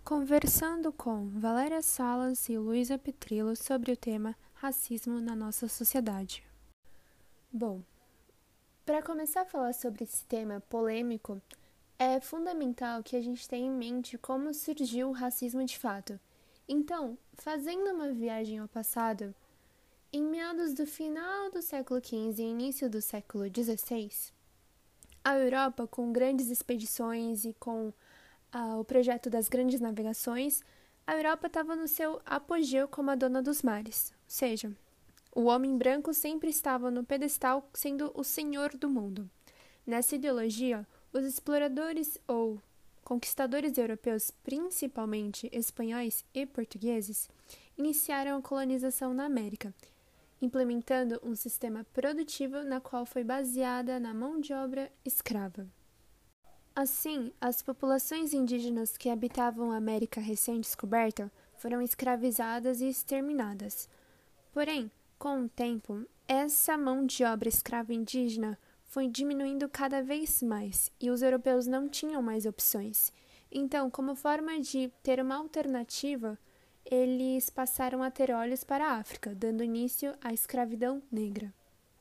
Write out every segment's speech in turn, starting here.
Conversando com Valéria Salas e Luísa Petrillo sobre o tema racismo na nossa sociedade. Bom, para começar a falar sobre esse tema polêmico, é fundamental que a gente tenha em mente como surgiu o racismo de fato. Então, fazendo uma viagem ao passado, em meados do final do século XV e início do século XVI, a Europa, com grandes expedições e com o projeto das grandes navegações, a Europa estava no seu apogeu como a dona dos mares, ou seja, o homem branco sempre estava no pedestal sendo o senhor do mundo. Nessa ideologia, os exploradores ou conquistadores europeus, principalmente espanhóis e portugueses, iniciaram a colonização na América, implementando um sistema produtivo na qual foi baseada na mão de obra escrava. Assim, as populações indígenas que habitavam a América recém-descoberta foram escravizadas e exterminadas. Porém, com o tempo, essa mão de obra escrava indígena foi diminuindo cada vez mais e os europeus não tinham mais opções. Então, como forma de ter uma alternativa, eles passaram a ter olhos para a África, dando início à escravidão negra.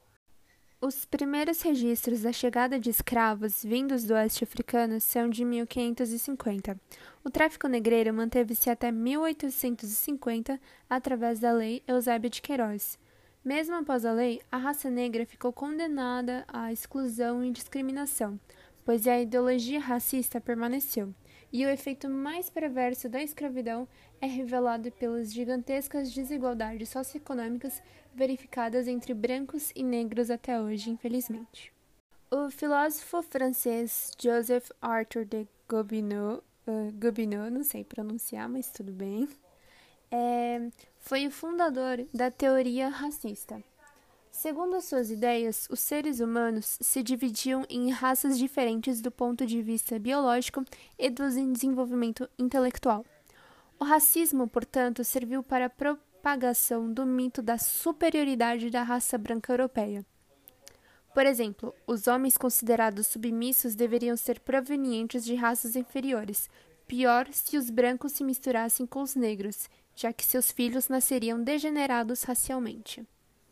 Os primeiros registros da chegada de escravos vindos do oeste africano são de 1550. O tráfico negreiro manteve-se até 1850 através da Lei Eusébio de Queiroz. Mesmo após a lei, a raça negra ficou condenada à exclusão e discriminação, pois a ideologia racista permaneceu, e o efeito mais perverso da escravidão é revelado pelas gigantescas desigualdades socioeconômicas verificadas entre brancos e negros até hoje, infelizmente. O filósofo francês Joseph Arthur de Gobineau, não sei pronunciar, mas tudo bem, foi o fundador da teoria racista. Segundo suas ideias, os seres humanos se dividiam em raças diferentes do ponto de vista biológico e do desenvolvimento intelectual. O racismo, portanto, serviu para a propagação do mito da superioridade da raça branca europeia. Por exemplo, os homens considerados submissos deveriam ser provenientes de raças inferiores, pior se os brancos se misturassem com os negros, já que seus filhos nasceriam degenerados racialmente.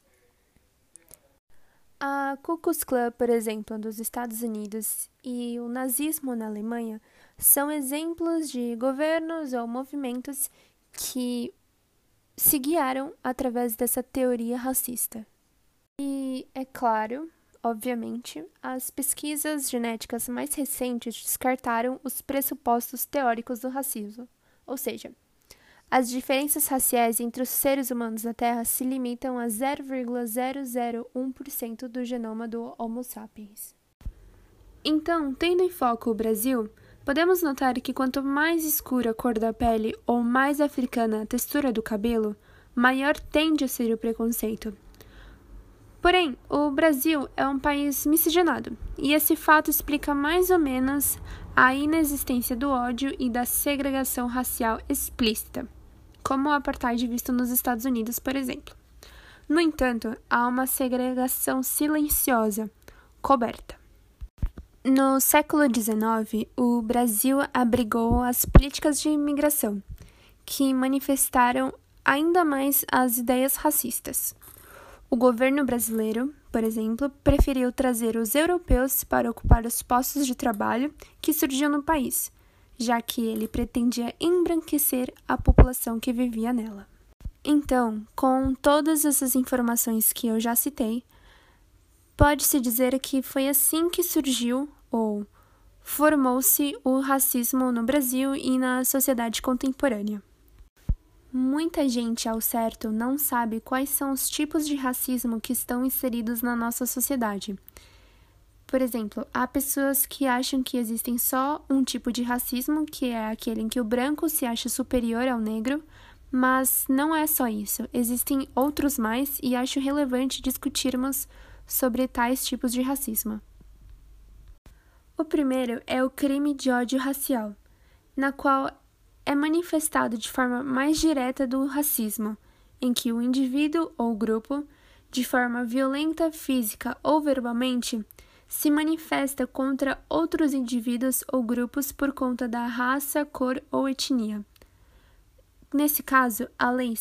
A Ku Klux Klan, por exemplo, dos Estados Unidos, e o nazismo na Alemanha são exemplos de governos ou movimentos que se guiaram através dessa teoria racista. E, é claro, obviamente, as pesquisas genéticas mais recentes descartaram os pressupostos teóricos do racismo, ou seja, as diferenças raciais entre os seres humanos da Terra se limitam a 0,001% do genoma do Homo sapiens. Então, tendo em foco o Brasil, podemos notar que quanto mais escura a cor da pele ou mais africana a textura do cabelo, maior tende a ser o preconceito. Porém, o Brasil é um país miscigenado, e esse fato explica mais ou menos a inexistência do ódio e da segregação racial explícita, como o apartheid visto nos Estados Unidos, por exemplo. No entanto, há uma segregação silenciosa, coberta. No século XIX, o Brasil abrigou as políticas de imigração, que manifestaram ainda mais as ideias racistas. O governo brasileiro, por exemplo, preferiu trazer os europeus para ocupar os postos de trabalho que surgiam no país, já que ele pretendia embranquecer a população que vivia nela. Então, com todas essas informações que eu já citei, pode-se dizer que foi assim que surgiu ou formou-se o racismo no Brasil e na sociedade contemporânea. Muita gente, ao certo, não sabe quais são os tipos de racismo que estão inseridos na nossa sociedade. Por exemplo, há pessoas que acham que existem só um tipo de racismo, que é aquele em que o branco se acha superior ao negro, mas não é só isso. Existem outros mais e acho relevante discutirmos sobre tais tipos de racismo. O primeiro é o crime de ódio racial, na qual é manifestado de forma mais direta do racismo, em que o indivíduo ou grupo, de forma violenta, física ou verbalmente, se manifesta contra outros indivíduos ou grupos por conta da raça, cor ou etnia. Nesse caso, a Lei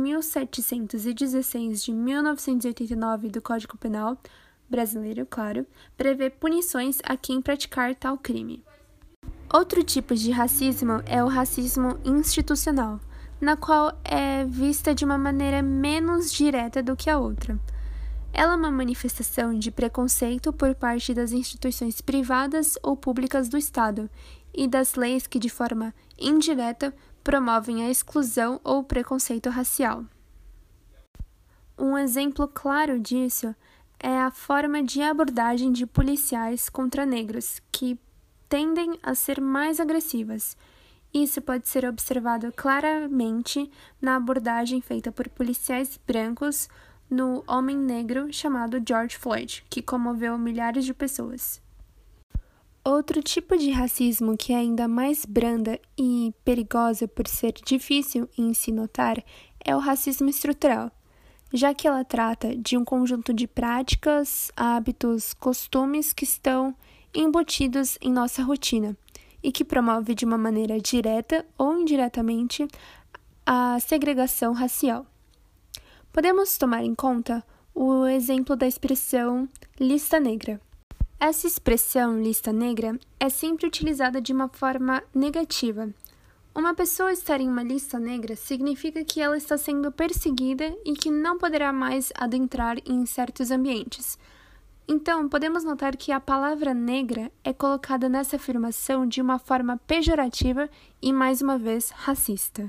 7.716 de 1989 do Código Penal brasileiro, claro, prevê punições a quem praticar tal crime. Outro tipo de racismo é o racismo institucional, na qual é vista de uma maneira menos direta do que a outra. Ela é uma manifestação de preconceito por parte das instituições privadas ou públicas do Estado e das leis que, de forma indireta, promovem a exclusão ou preconceito racial. Um exemplo claro disso é a forma de abordagem de policiais contra negros, que tendem a ser mais agressivas. Isso pode ser observado claramente na abordagem feita por policiais brancos no homem negro chamado George Floyd, que comoveu milhares de pessoas. Outro tipo de racismo que é ainda mais branda e perigosa por ser difícil em se notar é o racismo estrutural, já que ela trata de um conjunto de práticas, hábitos, costumes que estão embutidos em nossa rotina e que promove de uma maneira direta ou indiretamente a segregação racial. Podemos tomar em conta o exemplo da expressão lista negra. Essa expressão lista negra é sempre utilizada de uma forma negativa. Uma pessoa estar em uma lista negra significa que ela está sendo perseguida e que não poderá mais adentrar em certos ambientes. Então, podemos notar que a palavra negra é colocada nessa afirmação de uma forma pejorativa e, mais uma vez, racista.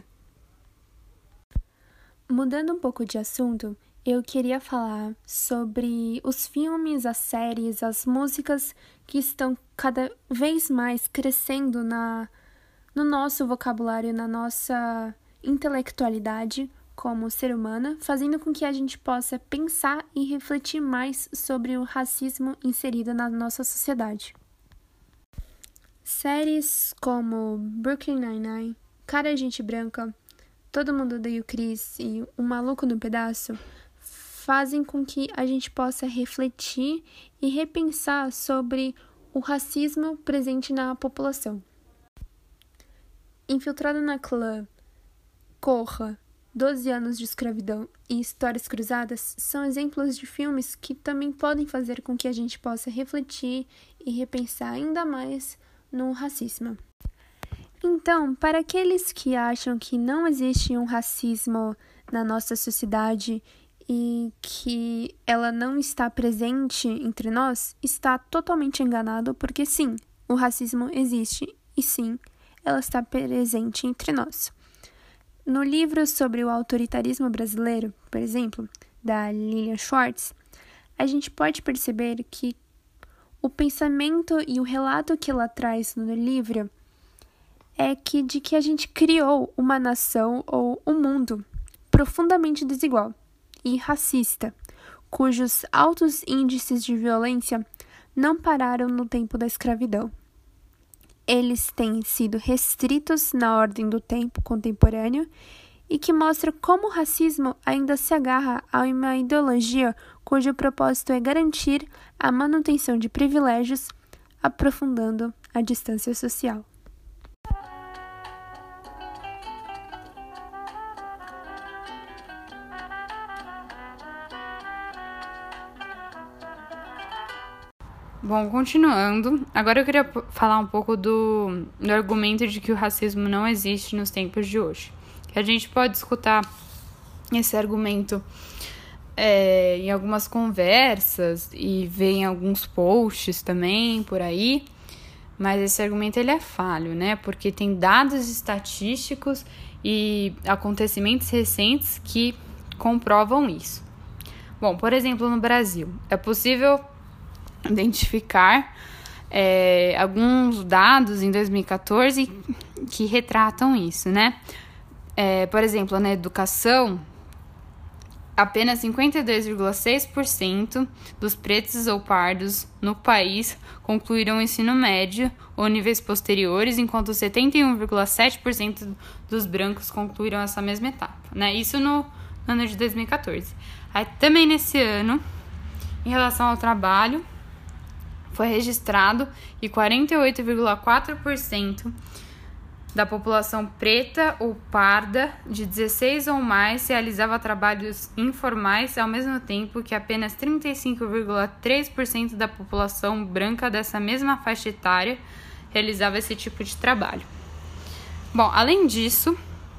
Mudando um pouco de assunto, eu queria falar sobre os filmes, as séries, as músicas que estão cada vez mais crescendo no nosso vocabulário, na nossa intelectualidade como ser humana, fazendo com que a gente possa pensar e refletir mais sobre o racismo inserido na nossa sociedade. Séries como Brooklyn Nine-Nine, Cara Gente Branca, Todo Mundo Odeia o Chris e O Maluco no Pedaço fazem com que a gente possa refletir e repensar sobre o racismo presente na população. Infiltrado na Clã, Corra, 12 anos de escravidão e Histórias Cruzadas são exemplos de filmes que também podem fazer com que a gente possa refletir e repensar ainda mais no racismo. Então, para aqueles que acham que não existe um racismo na nossa sociedade e que ela não está presente entre nós, está totalmente enganado, porque sim, o racismo existe e sim, ela está presente entre nós. No livro sobre o autoritarismo brasileiro, por exemplo, da Lilian Schwartz, a gente pode perceber que o pensamento e o relato que ela traz no livro é de que a gente criou uma nação ou um mundo profundamente desigual e racista, cujos altos índices de violência não pararam no tempo da escravidão. Eles têm sido restritos na ordem do tempo contemporâneo e que mostra como o racismo ainda se agarra a uma ideologia cujo propósito é garantir a manutenção de privilégios, aprofundando a distância social. Bom, continuando, agora eu queria falar um pouco do argumento de que o racismo não existe nos tempos de hoje. Que a gente pode escutar esse argumento em algumas conversas e ver em alguns posts também por aí, mas esse argumento ele é falho, né? Porque tem dados estatísticos e acontecimentos recentes que comprovam isso. Bom, por exemplo, no Brasil, é possível identificar alguns dados em 2014 que retratam isso, né? Por exemplo, na educação, apenas 52,6% dos pretos ou pardos no país concluíram o ensino médio ou níveis posteriores, enquanto 71,7% dos brancos concluíram essa mesma etapa, né? Isso no ano de 2014. Aí, também nesse ano, em relação ao trabalho, foi registrado e 48,4% da população preta ou parda de 16 ou mais realizava trabalhos informais, ao mesmo tempo que apenas 35,3% da população branca dessa mesma faixa etária realizava esse tipo de trabalho. Bom, além disso,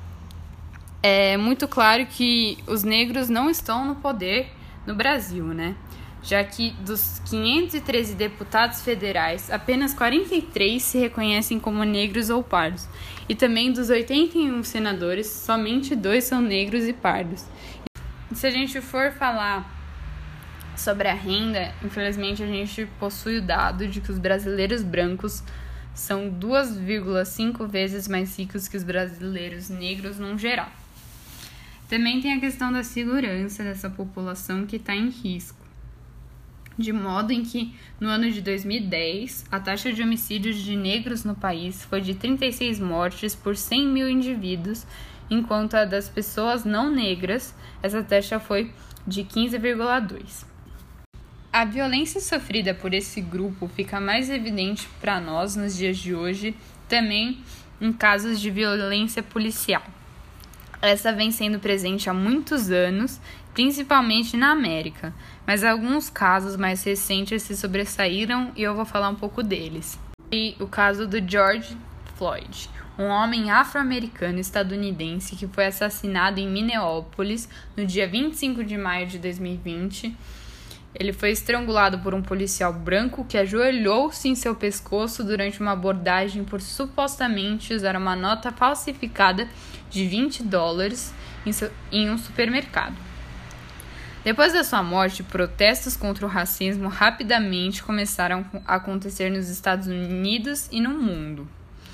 é muito claro que os negros não estão no poder no Brasil, né? Já que dos 513 deputados federais, apenas 43 se reconhecem como negros ou pardos. E também dos 81 senadores, somente 2 são negros e pardos. E se a gente for falar sobre a renda, infelizmente a gente possui o dado de que os brasileiros brancos são 2,5 vezes mais ricos que os brasileiros negros no geral. Também tem a questão da segurança dessa população que está em risco. De modo em que, no ano de 2010, a taxa de homicídios de negros no país foi de 36 mortes por 100 mil indivíduos, enquanto a das pessoas não negras, essa taxa foi de 15,2. A violência sofrida por esse grupo fica mais evidente para nós nos dias de hoje, também em casos de violência policial. Essa vem sendo presente há muitos anos, principalmente na América, mas alguns casos mais recentes se sobressaíram e eu vou falar um pouco deles. E o caso do George Floyd, um homem afro-americano estadunidense que foi assassinado em Minneapolis no dia 25 de maio de 2020. Ele foi estrangulado por um policial branco que ajoelhou-se em seu pescoço durante uma abordagem por supostamente usar uma nota falsificada de $20 em um supermercado. Depois da sua morte, protestos contra o racismo rapidamente começaram a acontecer nos Estados Unidos e no mundo.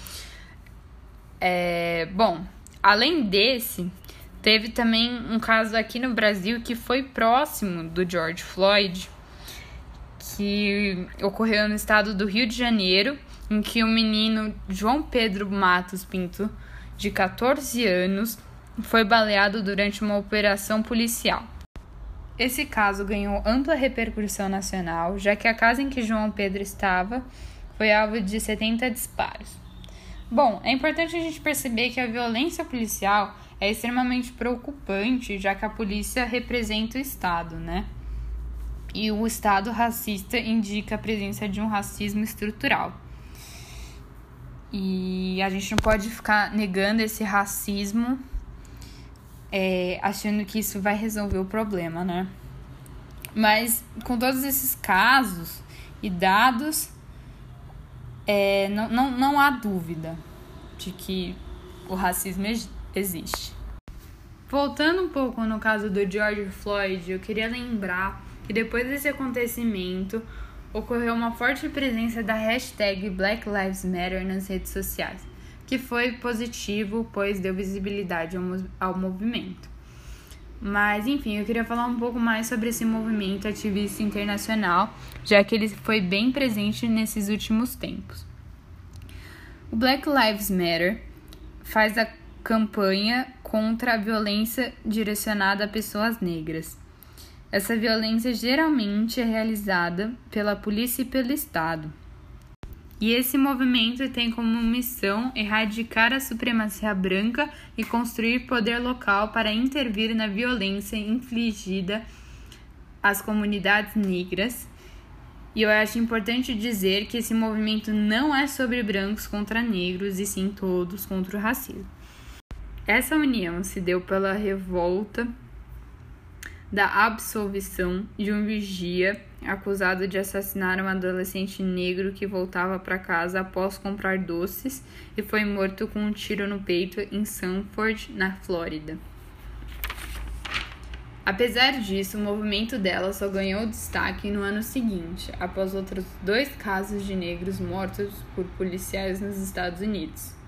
Além desse, teve também um caso aqui no Brasil que foi próximo do George Floyd, que ocorreu no estado do Rio de Janeiro, em que o menino João Pedro Matos Pinto, de 14 anos, foi baleado durante uma operação policial. Esse caso ganhou ampla repercussão nacional, já que a casa em que João Pedro estava foi alvo de 70 disparos. Bom, é importante a gente perceber que a violência policial é extremamente preocupante, já que a polícia representa o Estado, né? E o Estado racista indica a presença de um racismo estrutural. E a gente não pode ficar negando esse racismo, achando que isso vai resolver o problema, né? Mas com todos esses casos e dados, não há dúvida de que o racismo existe. Voltando um pouco no caso do George Floyd, eu queria lembrar que depois desse acontecimento ocorreu uma forte presença da hashtag Black Lives Matter nas redes sociais, que foi positivo, pois deu visibilidade ao movimento. Mas, enfim, eu queria falar um pouco mais sobre esse movimento ativista internacional, já que ele foi bem presente nesses últimos tempos. O Black Lives Matter faz a campanha contra a violência direcionada a pessoas negras. Essa violência geralmente é realizada pela polícia e pelo Estado. E esse movimento tem como missão erradicar a supremacia branca e construir poder local para intervir na violência infligida às comunidades negras. E eu acho importante dizer que esse movimento não é sobre brancos contra negros, e sim todos contra o racismo. Essa união se deu pela revolta da absolvição de um vigia acusado de assassinar um adolescente negro que voltava para casa após comprar doces e foi morto com um tiro no peito em Sanford, na Flórida. Apesar disso, o movimento dela só ganhou destaque no ano seguinte, após outros 2 casos de negros mortos por policiais nos Estados Unidos.